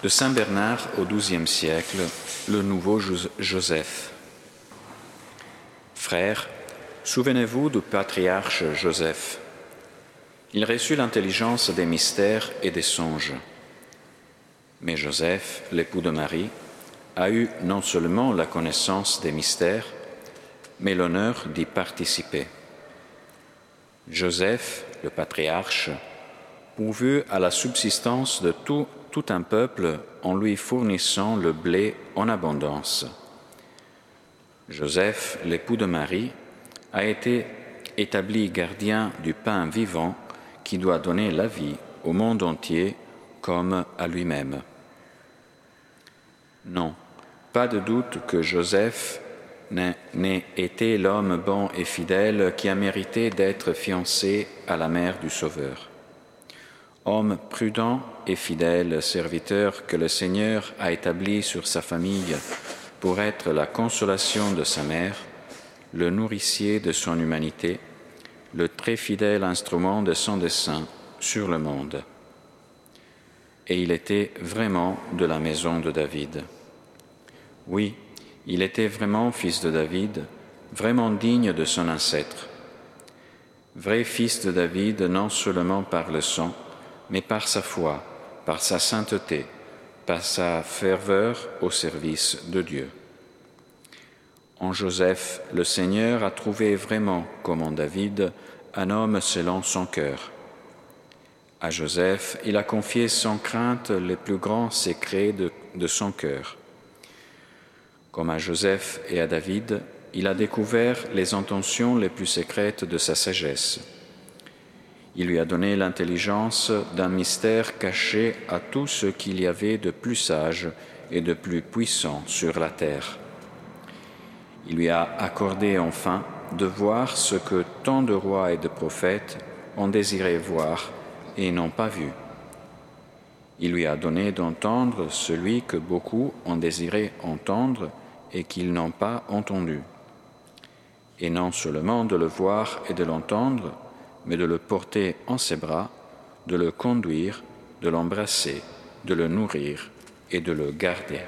de Saint Bernard au XIIe siècle, le nouveau Joseph. Frères, souvenez-vous du patriarche Joseph. Il reçut l'intelligence des mystères et des songes. Mais Joseph, l'époux de Marie, a eu non seulement la connaissance des mystères, mais l'honneur d'y participer. Joseph, le patriarche, pourvu à la subsistance de tout un peuple en lui fournissant le blé en abondance. Joseph, l'époux de Marie, a été établi gardien du pain vivant qui doit donner la vie au monde entier comme à lui-même. Non, pas de doute que Joseph n'ait été l'homme bon et fidèle qui a mérité d'être fiancé à la mère du Sauveur. Homme prudent et fidèle serviteur que le Seigneur a établi sur sa famille pour être la consolation de sa mère, le nourricier de son humanité, le très fidèle instrument de son dessein sur le monde. Et il était vraiment de la maison de David. Oui, il était vraiment fils de David, vraiment digne de son ancêtre. Vrai fils de David non seulement par le sang, mais par sa foi, par sa sainteté, par sa ferveur au service de Dieu. En Joseph, le Seigneur a trouvé vraiment, comme en David, un homme selon son cœur. À Joseph, il a confié sans crainte les plus grands secrets de son cœur. Comme à Joseph et à David, il a découvert les intentions les plus secrètes de sa sagesse. Il lui a donné l'intelligence d'un mystère caché à tout ce qu'il y avait de plus sage et de plus puissant sur la terre. Il lui a accordé enfin de voir ce que tant de rois et de prophètes ont désiré voir et n'ont pas vu. Il lui a donné d'entendre celui que beaucoup ont désiré entendre et qu'ils n'ont pas entendu. Et non seulement de le voir et de l'entendre, mais de le porter en ses bras, de le conduire, de l'embrasser, de le nourrir et de le garder.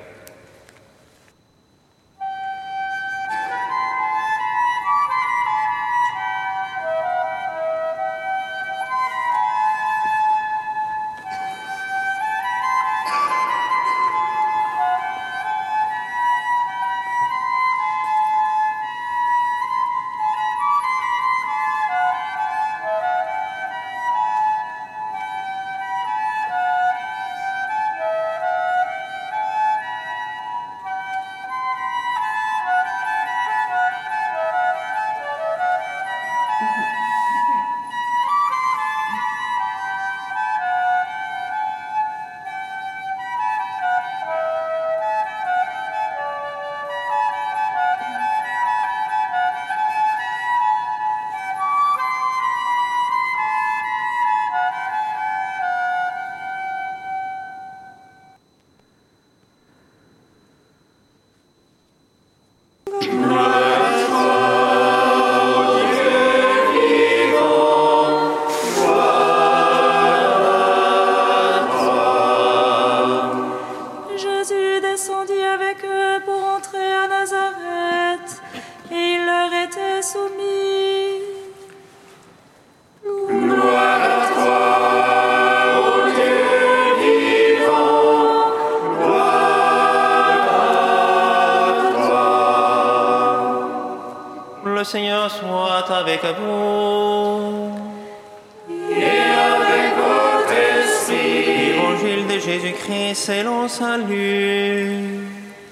Le Seigneur soit avec vous. Et avec votre esprit. Évangile de Jésus-Christ selon salut.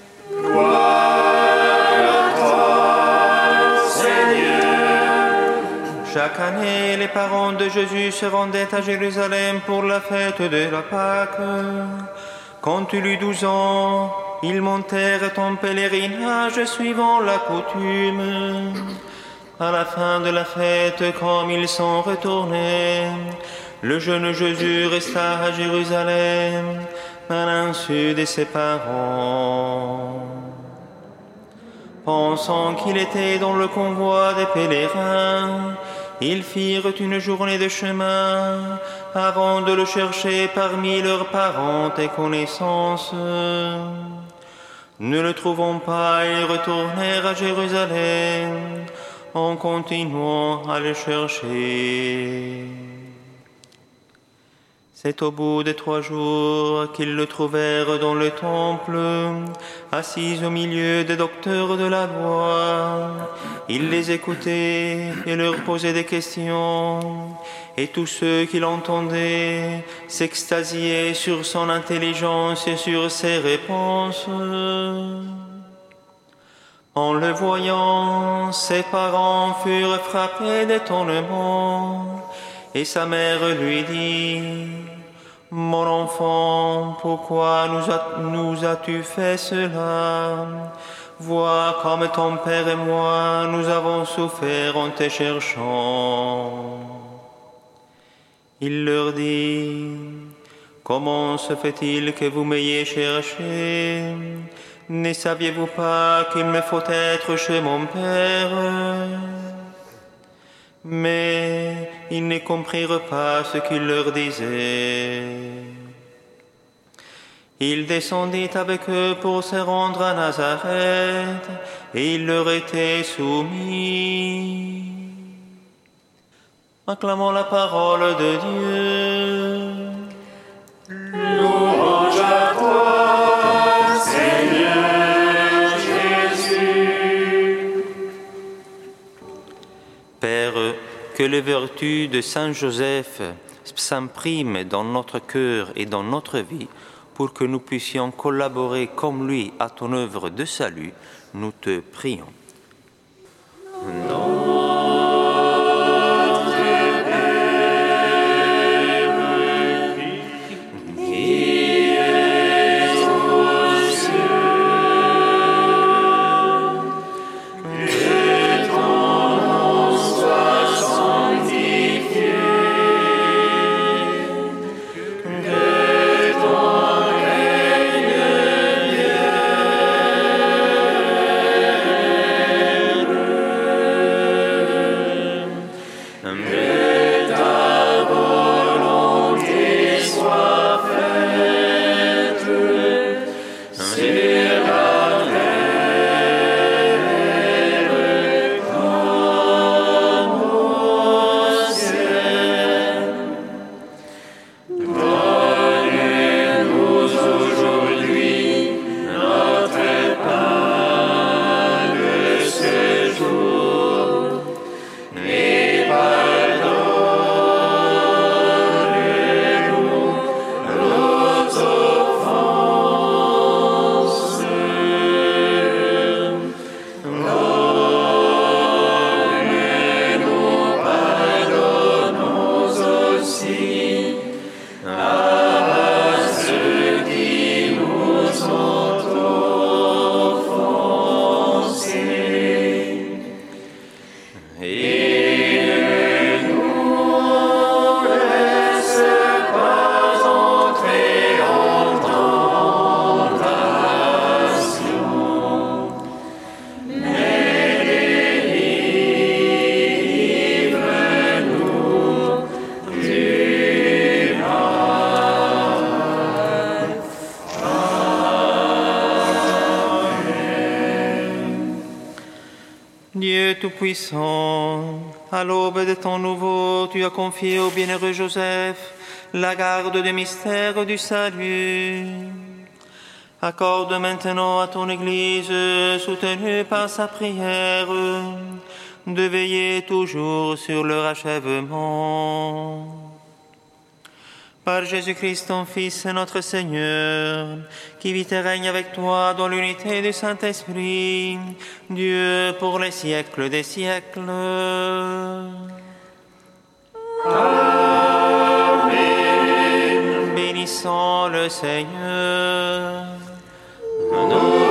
Gloire à toi, Seigneur. Chaque année, les parents de Jésus se rendaient à Jérusalem pour la fête de la Pâque. Quand il eut 12 ans, ils montèrent en pèlerinage suivant la coutume. À la fin de la fête, comme ils sont retournés, le jeune Jésus resta à Jérusalem à l'insu de ses parents. Pensant qu'il était dans le convoi des pèlerins, Ils firent une journée de chemin avant de le chercher parmi leurs parents et connaissances. Ne le trouvant pas, ils retournèrent à Jérusalem en continuant à le chercher. C'est au bout de 3 jours qu'ils le trouvèrent dans le temple, assis au milieu des docteurs de la loi. Il les écoutait et leur posait des questions, et tous ceux qui l'entendaient s'extasiaient sur son intelligence et sur ses réponses. En le voyant, ses parents furent frappés d'étonnement, et sa mère lui dit: « Mon enfant, pourquoi nous as-tu fait cela? Vois comme ton père et moi, nous avons souffert en te cherchant. » Il leur dit: « Comment se fait-il que vous m'ayez cherché? Ne saviez-vous pas qu'il me faut être chez mon père? » Mais ils ne comprirent pas ce qu'il leur disait. Il descendit avec eux pour se rendre à Nazareth, et il leur était soumis. Acclamons la parole de Dieu. Louange à toi, Seigneur Jésus. Père, que les vertus de Saint Joseph s'impriment dans notre cœur et dans notre vie pour que nous puissions collaborer comme lui à ton œuvre de salut, nous te prions. Dieu Tout-Puissant, à l'aube de ton nouveau, tu as confié au bienheureux Joseph la garde des mystères du salut. Accorde maintenant à ton Église, soutenue par sa prière, de veiller toujours sur leur achèvement. Par Jésus-Christ, ton Fils, notre Seigneur, qui vit et règne avec toi dans l'unité du Saint-Esprit, Dieu pour les siècles des siècles. Amen. Bénissons le Seigneur. Nous